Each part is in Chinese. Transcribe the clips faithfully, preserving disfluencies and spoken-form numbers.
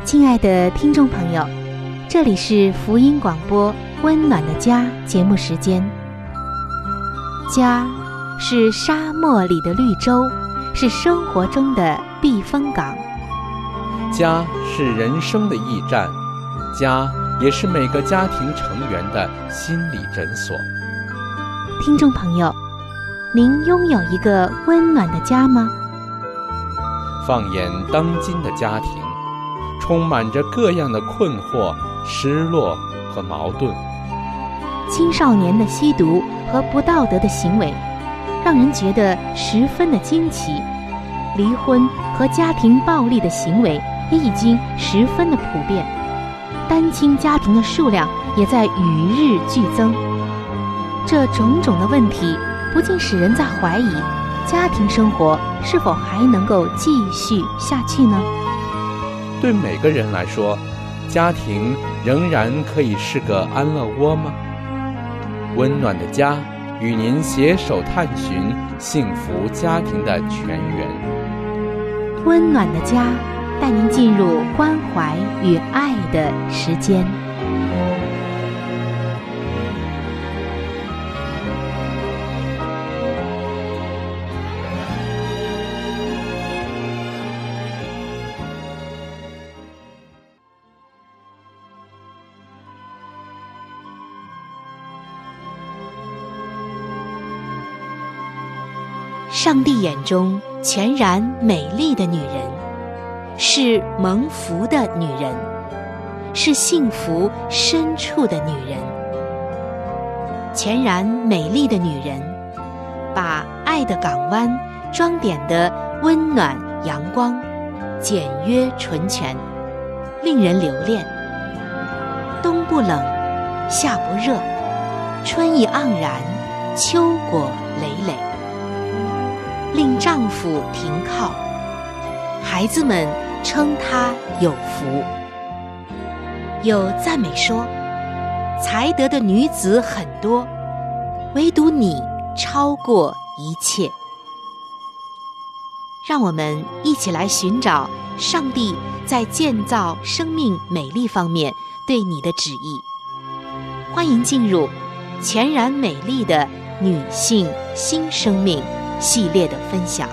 亲爱的听众朋友，这里是福音广播温暖的家节目时间。家是沙漠里的绿洲，是生活中的避风港。 家是人生的驿站，家也是每个家庭成员的心理诊所。 听众朋友，您拥有一个温暖的家吗？ 放眼当今的家庭，充满着各样的困惑、失落和矛盾。 青少年的吸毒和不道德的行为，让人觉得十分的惊奇。离婚和家庭暴力的行为也已经十分的普遍，单亲家庭的数量也在与日俱增。这种种的问题，不禁使人在怀疑，家庭生活是否还能够继续下去呢？ 对每个人来说，家庭仍然可以是个安乐窝吗？温暖的家与您携手探寻幸福家庭的泉源。 温暖的家带您进入关怀与爱的时间。上帝眼中全然美丽的女人，是蒙福的女人，是幸福深处的女人。全然美丽的女人，把爱的港湾装点得温暖阳光，简约纯全，令人留恋。冬不冷，夏不热，春意盎然，秋果累累，令丈夫停靠，孩子们称她有福。有赞美说，才德的女子很多，唯独你超过一切。让我们一起来寻找上帝在建造生命美丽方面对你的旨意。欢迎进入全然美丽的女性新生命系列的分享。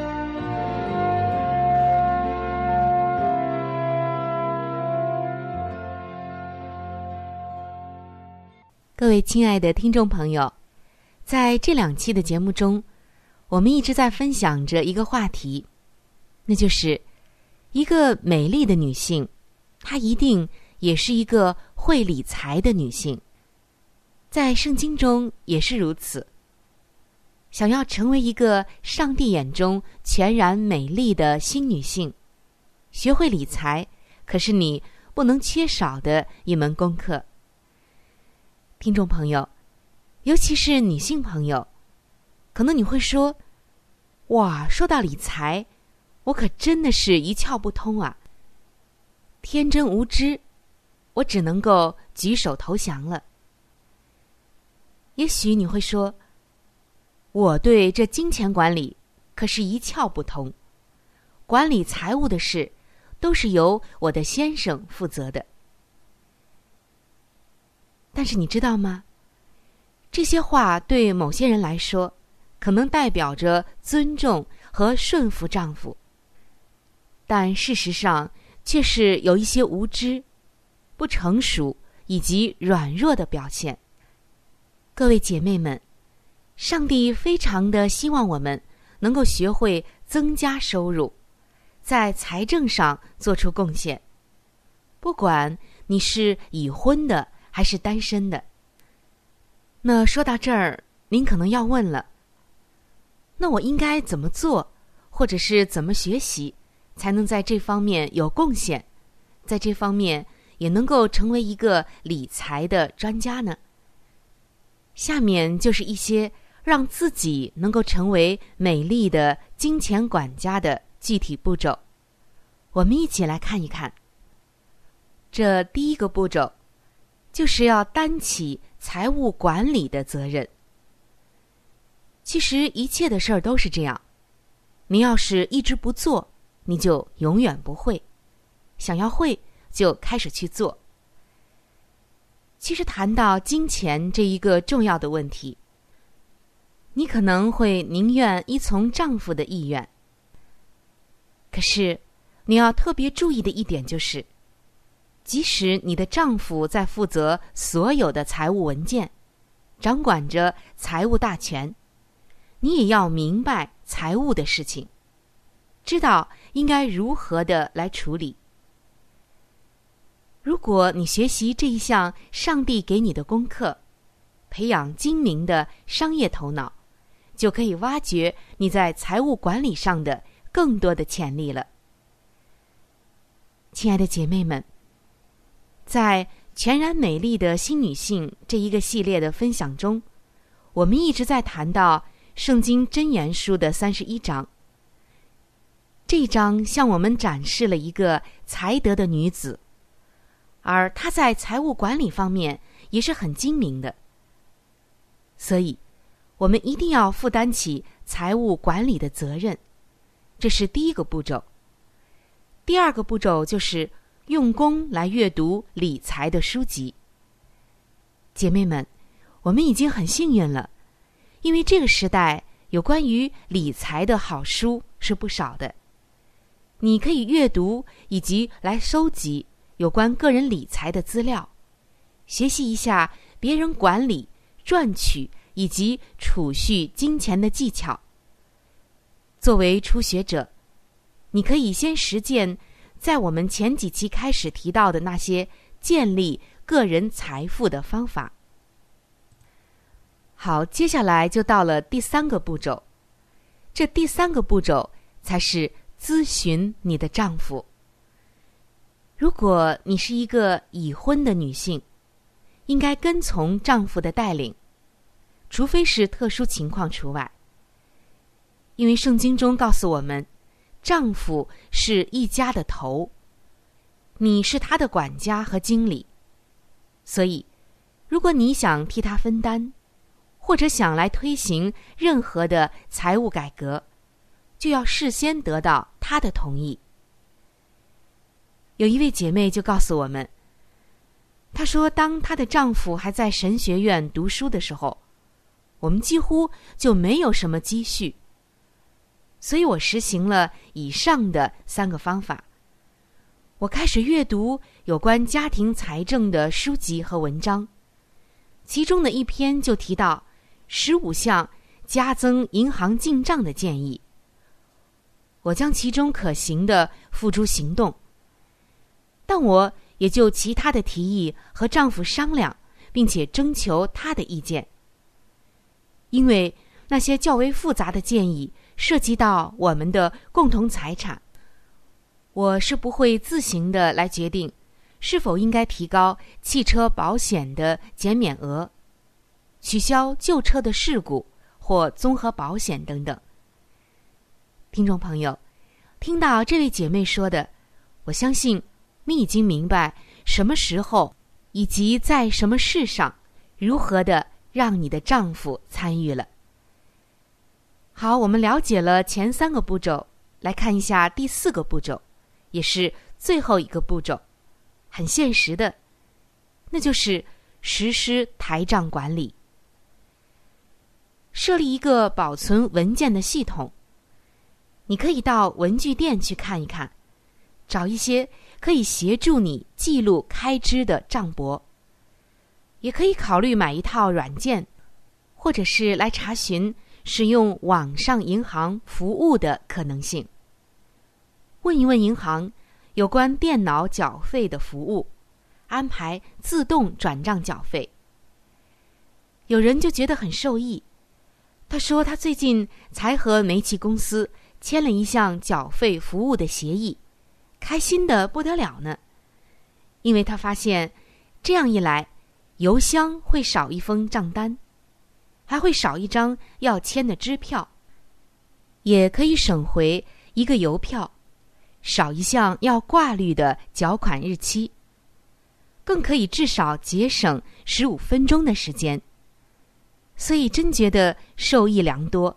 各位亲爱的听众朋友，在这两期的节目中，我们一直在分享着一个话题，那就是一个美丽的女性，她一定也是一个会理财的女性。在圣经中也是如此。想要成为一个上帝眼中全然美丽的新女性，学会理财可是你不能缺少的一门功课。听众朋友，尤其是女性朋友，可能你会说，哇，说到理财，我可真的是一窍不通啊，天真无知，我只能够举手投降了。也许你会说，我对这金钱管理可是一窍不通，管理财务的事都是由我的先生负责的。但是你知道吗？这些话对某些人来说，可能代表着尊重和顺服丈夫，但事实上却是有一些无知、不成熟以及软弱的表现。各位姐妹们，上帝非常的希望我们能够学会增加收入，在财政上做出贡献。不管你是已婚的还是单身的。那说到这儿，您可能要问了，那我应该怎么做，或者是怎么学习，才能在这方面有贡献，在这方面也能够成为一个理财的专家呢？下面就是一些让自己能够成为美丽的金钱管家的具体步骤，我们一起来看一看。这第一个步骤，就是要担起财务管理的责任。其实一切的事儿都是这样，你要是一直不做，你就永远不会。想要会， 就开始去做。其实谈到金钱这一个重要的问题，你可能会宁愿依从丈夫的意愿。可是你要特别注意的一点就是，即使你的丈夫在负责所有的财务文件，掌管着财务大权，你也要明白财务的事情，知道应该如何的来处理。如果你学习这一项上帝给你的功课，培养精明的商业头脑，就可以挖掘你在财务管理上的更多的潜力了。亲爱的姐妹们，在全然美丽的新女性这一个系列的分享中，我们一直在谈到圣经箴言书的三十一章。这一章向我们展示了一个才德的女子，而她在财务管理方面也是很精明的。所以我们一定要负担起财务管理的责任，这是第一个步骤。第二个步骤就是用功来阅读理财的书籍。姐妹们，我们已经很幸运了，因为这个时代有关于理财的好书是不少的。你可以阅读以及来收集有关个人理财的资料，学习一下别人管理、赚取以及储蓄金钱的技巧。作为初学者，你可以先实践在我们前几期开始提到的那些建立个人财富的方法。好，接下来就到了第三个步骤。这第三个步骤才是咨询你的丈夫。如果你是一个已婚的女性，应该跟从丈夫的带领，除非是特殊情况除外。因为圣经中告诉我们，丈夫是一家的头，你是他的管家和经理。所以如果你想替他分担，或者想来推行任何的财务改革，就要事先得到他的同意。有一位姐妹就告诉我们，她说当她的丈夫还在神学院读书的时候，我们几乎就没有什么积蓄。所以我实行了以上的三个方法。我开始阅读有关家庭财政的书籍和文章，其中的一篇就提到十五项加增银行进账的建议。我将其中可行的付诸行动，但我也就其他的提议和丈夫商量，并且征求他的意见。因为那些较为复杂的建议涉及到我们的共同财产，我是不会自行的来决定是否应该提高汽车保险的减免额，取消旧车的事故或综合保险等等。听众朋友，听到这位姐妹说的，我相信你已经明白什么时候以及在什么事上如何的让你的丈夫参与了。好，我们了解了前三个步骤，来看一下第四个步骤，也是最后一个步骤，很现实的，那就是实施台账管理。设立一个保存文件的系统，你可以到文具店去看一看，找一些可以协助你记录开支的账簿，也可以考虑买一套软件，或者是来查询使用网上银行服务的可能性。问一问银行有关电脑缴费的服务，安排自动转账缴费。有人就觉得很受益，他说他最近才和煤气公司签了一项缴费服务的协议，开心得不得了呢。因为他发现这样一来，邮箱会少一封账单，还会少一张要签的支票，也可以省回一个邮票，少一项要挂绿的缴款日期，更可以至少节省十五分钟的时间。所以真觉得受益良多。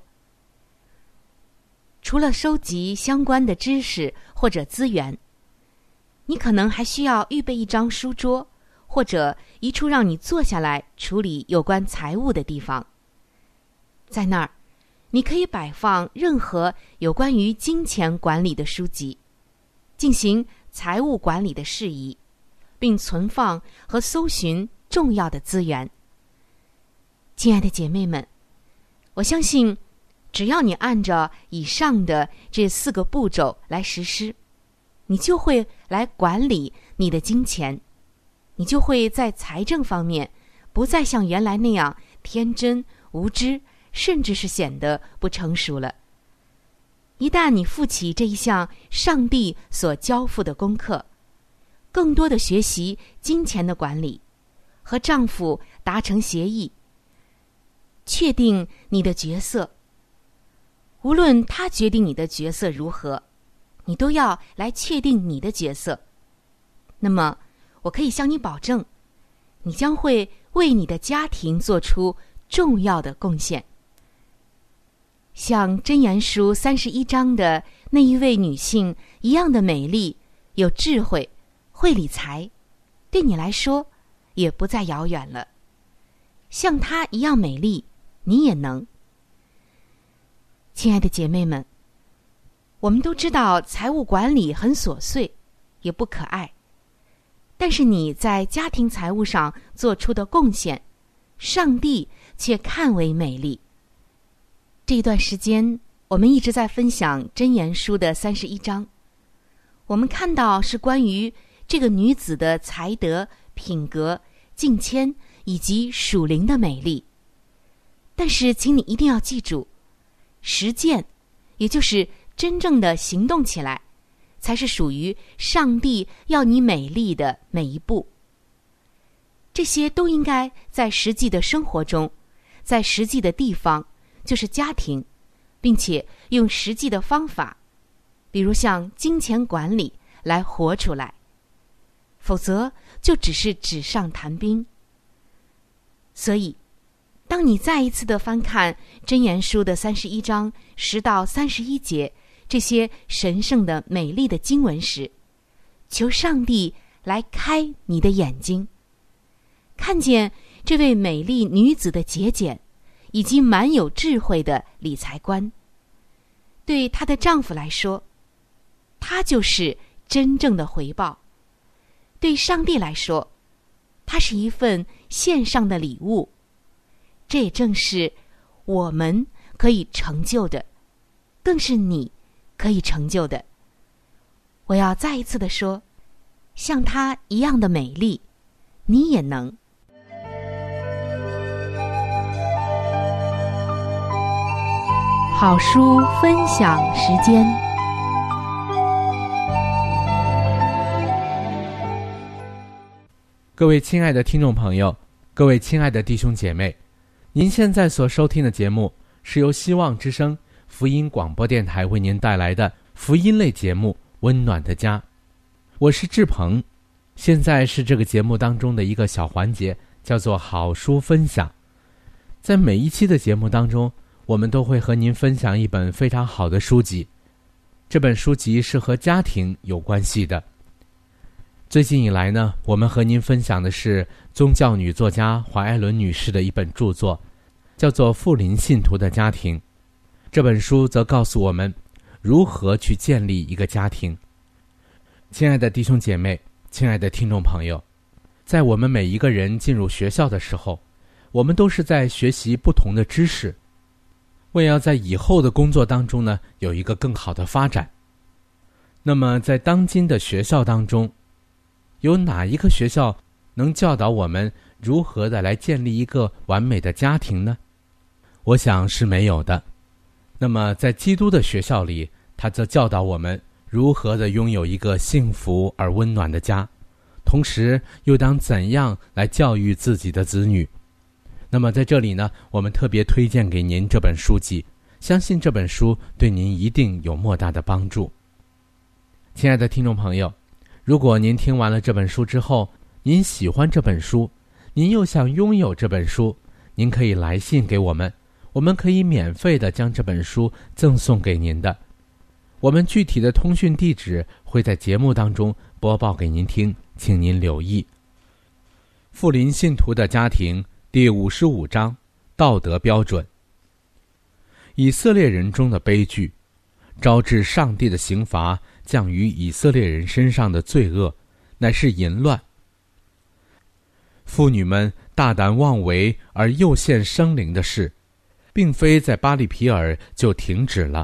除了收集相关的知识或者资源， 你可能还需要预备一张书桌，或者一处让你坐下来处理有关财务的地方。在那儿，你可以摆放任何有关于金钱管理的书籍，进行财务管理的事宜，并存放和搜寻重要的资源。亲爱的姐妹们，我相信只要你按照以上的这四个步骤来实施，你就会来管理你的金钱，你就会在财政方面不再像原来那样天真无知，甚至是显得不成熟了。一旦你负起这一项上帝所交付的功课，更多的学习金钱的管理，和丈夫达成协议，确定你的角色，无论他决定你的角色如何，你都要来确定你的角色。那么我可以向你保证，你将会为你的家庭做出重要的贡献。像箴言书三十一章的那一位女性一样的美丽，有智慧，会理财，对你来说也不再遥远了。像她一样美丽，你也能。亲爱的姐妹们，我们都知道财务管理很琐碎，也不可爱，但是你在家庭财务上做出的贡献，上帝却看为美丽。这一段时间，我们一直在分享箴言书的三十一章，我们看到是关于这个女子的才德、品格、敬谦以及属灵的美丽。但是请你一定要记住，实践，也就是真正的行动起来，才是属于上帝要你美丽的每一步。这些都应该在实际的生活中，在实际的地方，就是家庭，并且用实际的方法，比如像金钱管理来活出来，否则就只是纸上谈兵。所以当你再一次的翻看箴言书的三十一章十到三十一节这些神圣的美丽的经文时，求上帝来开你的眼睛，看见这位美丽女子的节俭以及蛮有智慧的理财观。对她的丈夫来说，她就是真正的回报；对上帝来说，它是一份献上的礼物。这也正是我们可以成就的，更是你可以成就的。我要再一次的说，像她一样的美丽，你也能。好书分享时间。 各位亲爱的听众朋友，各位亲爱的弟兄姐妹，您现在所收听的节目是由希望之声福音广播电台为您带来的福音类节目《温暖的家》。我是志鹏，现在是这个节目当中的一个小环节，叫做好书分享。在每一期的节目当中，我们都会和您分享一本非常好的书籍，这本书籍是和家庭有关系的。最近以来呢，我们和您分享的是宗教女作家怀艾伦女士的一本著作，叫做《富林信徒的家庭》。这本书则告诉我们如何去建立一个家庭。亲爱的弟兄姐妹，亲爱的听众朋友，在我们每一个人进入学校的时候，我们都是在学习不同的知识，为要在以后的工作当中呢，有一个更好的发展。那么在当今的学校当中，有哪一个学校能教导我们如何的来建立一个完美的家庭呢？我想是没有的。那么在基督的学校里，他则教导我们如何的拥有一个幸福而温暖的家，同时又当怎样来教育自己的子女。那么在这里呢，我们特别推荐给您这本书籍，相信这本书对您一定有莫大的帮助。亲爱的听众朋友，如果您听完了这本书之后，您喜欢这本书，您又想拥有这本书，您可以来信给我们，我们可以免费的将这本书赠送给您的。 我们具体的通讯地址会在节目当中播报给您听，请您留意。富林信徒的家庭第五十五章，道德标准。以色列人中的悲剧，招致上帝的刑罚降于以色列人身上的罪恶，乃是淫乱。妇女们大胆妄为而诱陷生灵的事，并非在巴利皮尔就停止了。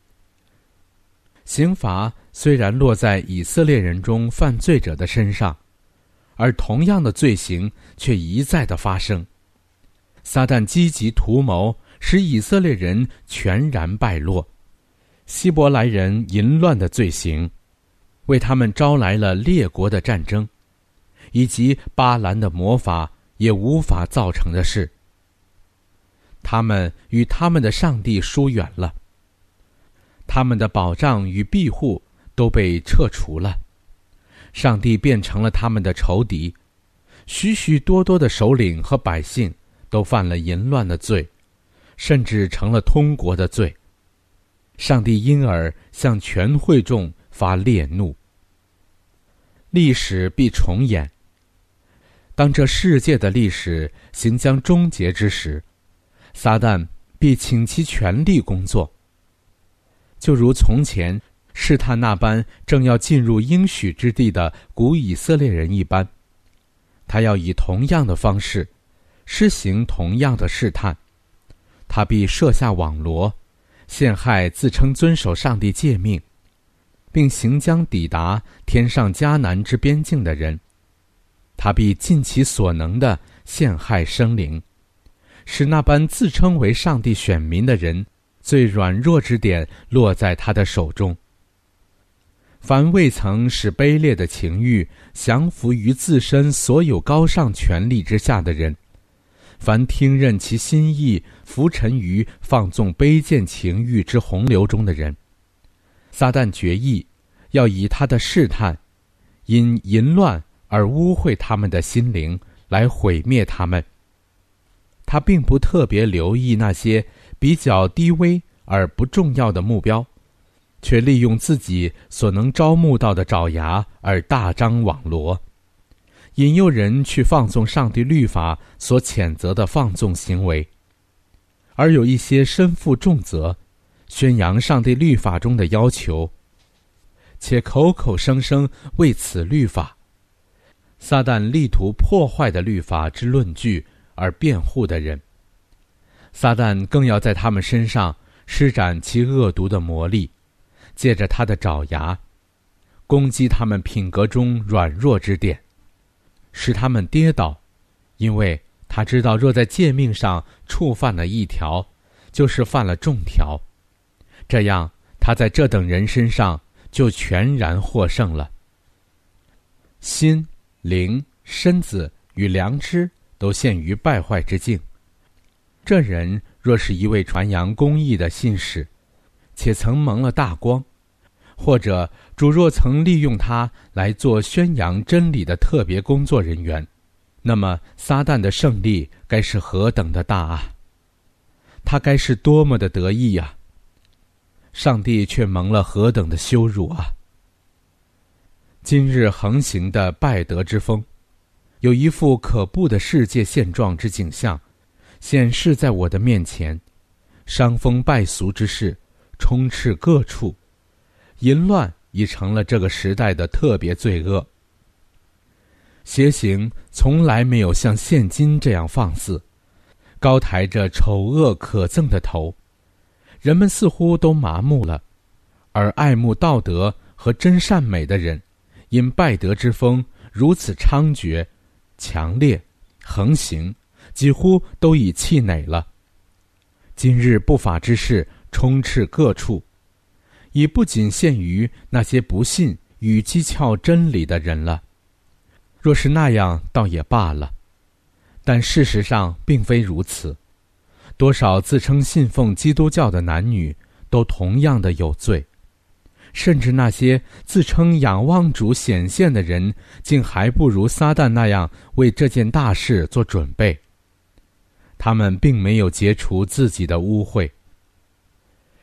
刑罚虽然落在以色列人中犯罪者的身上，而同样的罪行却一再的发生。撒旦积极图谋，使以色列人全然败落。希伯来人淫乱的罪行，为他们招来了列国的战争，以及巴兰的魔法也无法造成的事。他们与他们的上帝疏远了，他们的保障与庇护都被撤除了，上帝变成了他们的仇敌。许许多多的首领和百姓都犯了淫乱的罪，甚至成了通国的罪。上帝因而向全会众发烈怒。历史必重演。当这世界的历史行将终结之时，撒旦必倾其全力工作，就如从前试探那般正要进入应许之地的古以色列人一般，他要以同样的方式施行同样的试探。他必设下网罗，陷害自称遵守上帝诫命，并行将抵达天上迦南之边境的人。他必尽其所能地陷害生灵，使那般自称为上帝选民的人最软弱之点落在他的手中。凡未曾使卑劣的情欲降服于自身所有高尚权力之下的人，凡听任其心意浮沉于放纵卑贱情欲之洪流中的人，撒旦决意要以他的试探，因淫乱而污秽他们的心灵，来毁灭他们。他并不特别留意那些比较低微而不重要的目标，却利用自己所能招募到的爪牙而大张网罗，引诱人去放纵上帝律法所谴责的放纵行为。而有一些身负重责，宣扬上帝律法中的要求，且口口声声为此律法，撒旦力图破坏的律法之论据而辩护的人，撒旦更要在他们身上施展其恶毒的魔力，借着他的爪牙攻击他们品格中软弱之点，使他们跌倒，因为他知道若在诫命上触犯了一条，就是犯了众条，这样他在这等人身上就全然获胜了。心、灵、身子与良知都陷于败坏之境。这人若是一位传扬公义的信使，且曾蒙了大光，或者主若曾利用他来做宣扬真理的特别工作人员，那么撒旦的胜利该是何等的大啊！他该是多么的得意啊！上帝却蒙了何等的羞辱啊！今日横行的败德之风，有一副可怖的世界现状之景象显示在我的面前。伤风败俗之事充斥各处，淫乱已成了这个时代的特别罪恶。邪行从来没有像现今这样放肆，高抬着丑恶可憎的头，人们似乎都麻木了，而爱慕道德和真善美的人，因败德之风如此猖獗、强烈、横行，几乎都已气馁了。今日不法之事充斥各处，已不仅限于那些不信与讥诮真理的人了。若是那样倒也罢了，但事实上并非如此。多少自称信奉基督教的男女都同样的有罪，甚至那些自称仰望主显现的人，竟还不如撒旦那样为这件大事做准备。他们并没有结除自己的污秽。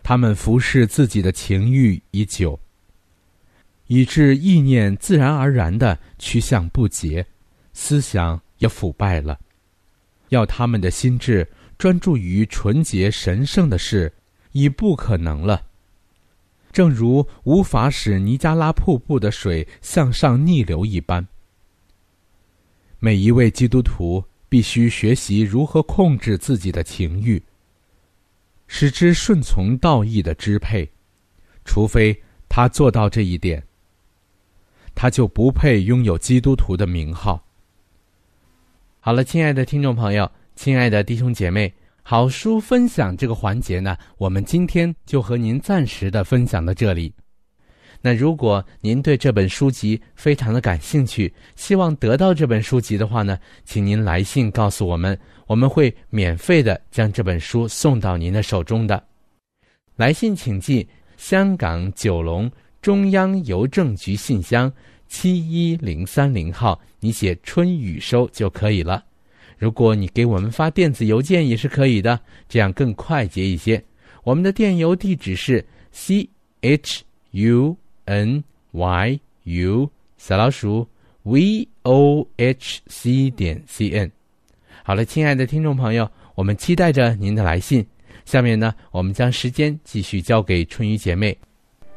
他们服侍自己的情欲已久，以致意念自然而然地趋向不洁，思想也腐败了。要他们的心智专注于纯洁神圣的事，已不可能了。正如无法使尼加拉瀑布的水向上逆流一般，每一位基督徒必须学习如何控制自己的情欲，使之顺从道义的支配。除非他做到这一点，他就不配拥有基督徒的名号。好了，亲爱的听众朋友，亲爱的弟兄姐妹，好书分享这个环节呢，我们今天就和您暂时的分享到这里。那如果您对这本书籍非常的感兴趣，希望得到这本书籍的话呢，请您来信告诉我们，我们会免费的将这本书送到您的手中的。来信请寄香港九龙中央邮政局信箱七一零三零号，你写春雨收就可以了。如果你给我们发电子邮件也是可以的，这样更快捷一些。我们的电邮地址是 c h u n y u 小老鼠 v o h c 点 c n。 好了，亲爱的听众朋友，我们期待着您的来信。下面呢，我们将时间继续交给春雨姐妹。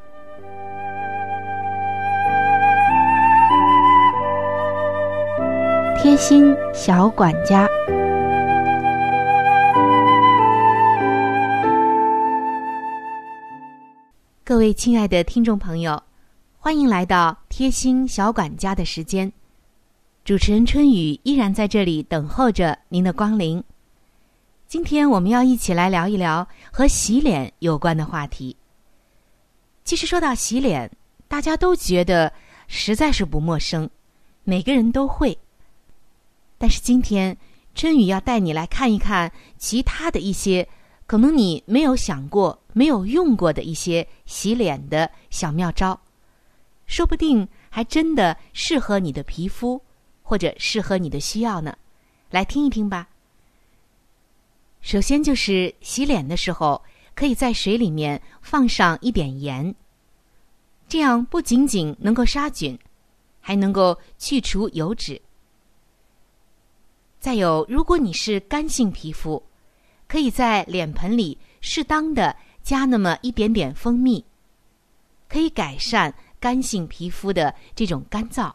贴心小管家，各位亲爱的听众朋友，欢迎来到贴心小管家的时间。主持人春雨依然在这里等候着您的光临。今天我们要一起来聊一聊和洗脸有关的话题。其实说到洗脸，大家都觉得实在是不陌生，每个人都会。但是今天春雨要带你来看一看其他的一些可能你没有想过没有用过的一些洗脸的小妙招，说不定还真的适合你的皮肤，或者适合你的需要呢。来听一听吧。首先就是洗脸的时候，可以在水里面放上一点盐，这样不仅仅能够杀菌，还能够去除油脂。再有，如果你是干性皮肤，可以在脸盆里适当的加那么一点点蜂蜜，可以改善干性皮肤的这种干燥。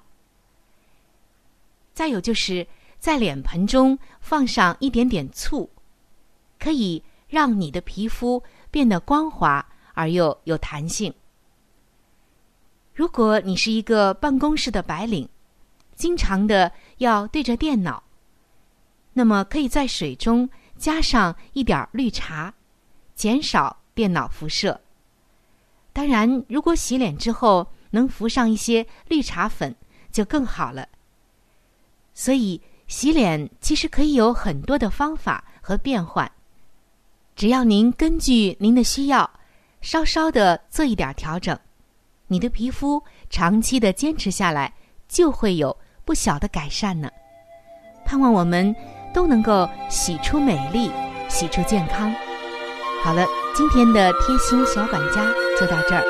再有就是在脸盆中放上一点点醋，可以让你的皮肤变得光滑而又有弹性。如果你是一个办公室的白领，经常的要对着电脑，那么可以在水中加上一点绿茶，减少电脑辐射。当然，如果洗脸之后能浮上一些绿茶粉就更好了。所以洗脸其实可以有很多的方法和变换，只要您根据您的需要稍稍的做一点调整，你的皮肤长期的坚持下来就会有不小的改善呢。盼望我们都能够洗出美丽，洗出健康。好了，今天的贴心小管家就到这儿。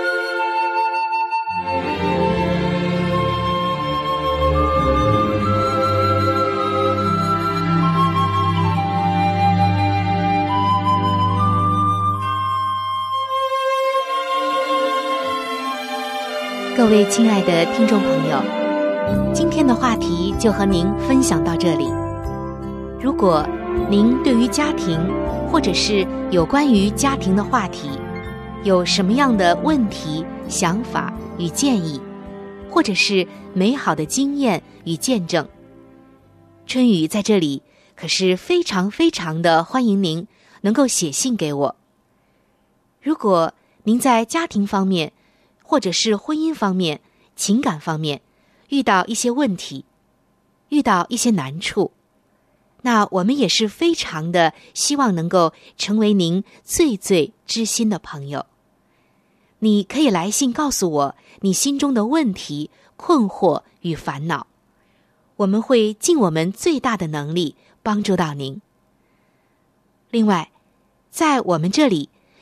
各位亲爱的听众朋友，今天的话题就和您分享到这里。如果您对于家庭或者是有关于家庭的话题有什么样的问题、想法与建议，或者是美好的经验与见证，春雨在这里可是非常非常的欢迎您能够写信给我。如果您在家庭方面或者是婚姻方面、情感方面遇到一些问题，遇到一些难处，那我们也是非常的希望能够成为您最最知心的朋友。你可以来信告诉我你心中的问题、困惑与烦恼，我们会尽我们最大的能力帮助到您。另外，在我们这里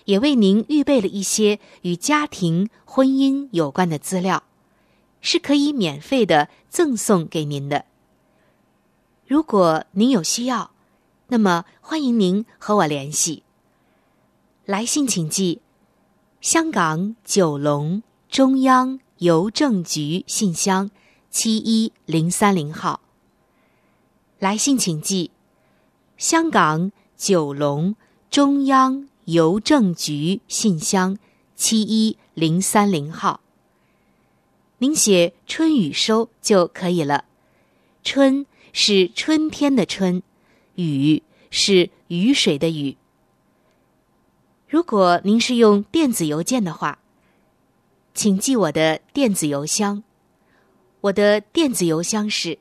也为您预备了一些与家庭、婚姻有关的资料，是可以免费的赠送给您的。如果您有需要，那么欢迎您和我联系。来信请寄香港九龙中央邮政局信箱七一零三零号。来信请寄香港九龙中央邮政局信箱七一零三零号。您写春雨收就可以了。春是春天的春，雨是雨水的雨。如果您是用电子邮件的话，请记我的电子邮箱。我的电子邮箱是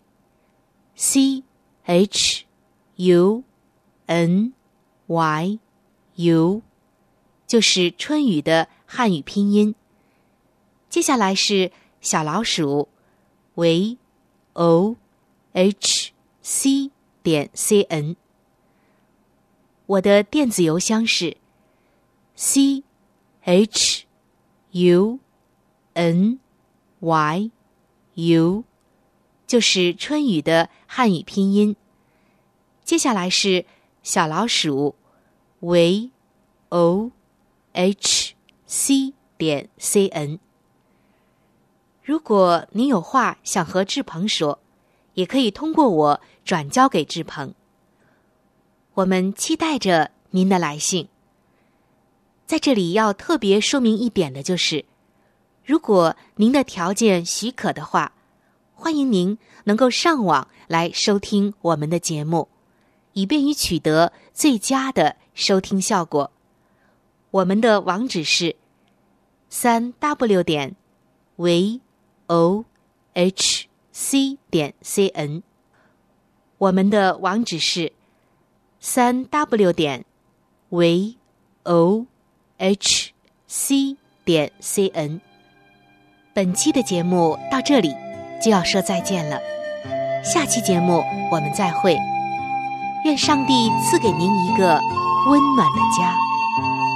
c h u n y u， 就是春雨的汉语拼音。接下来是小老鼠 v o h c 点 c n。 我的电子邮箱是 c h u n y u， 就是春雨的汉语拼音。接下来是小老鼠 v o h c 点 c n。 如果您有话想和志鹏说，也可以通过我转交给志鹏。我们期待着您的来信。在这里要特别说明一点的就是，如果您的条件许可的话，欢迎您能够上网来收听我们的节目，以便于取得最佳的收听效果。我们的网址是 三 w 点 v o h c 点 c n。 我们的网址是 三 w 点 v o h c 点 c n。 本期的节目到这里就要说再见了，下期节目我们再会。愿上帝赐给您一个温暖的家。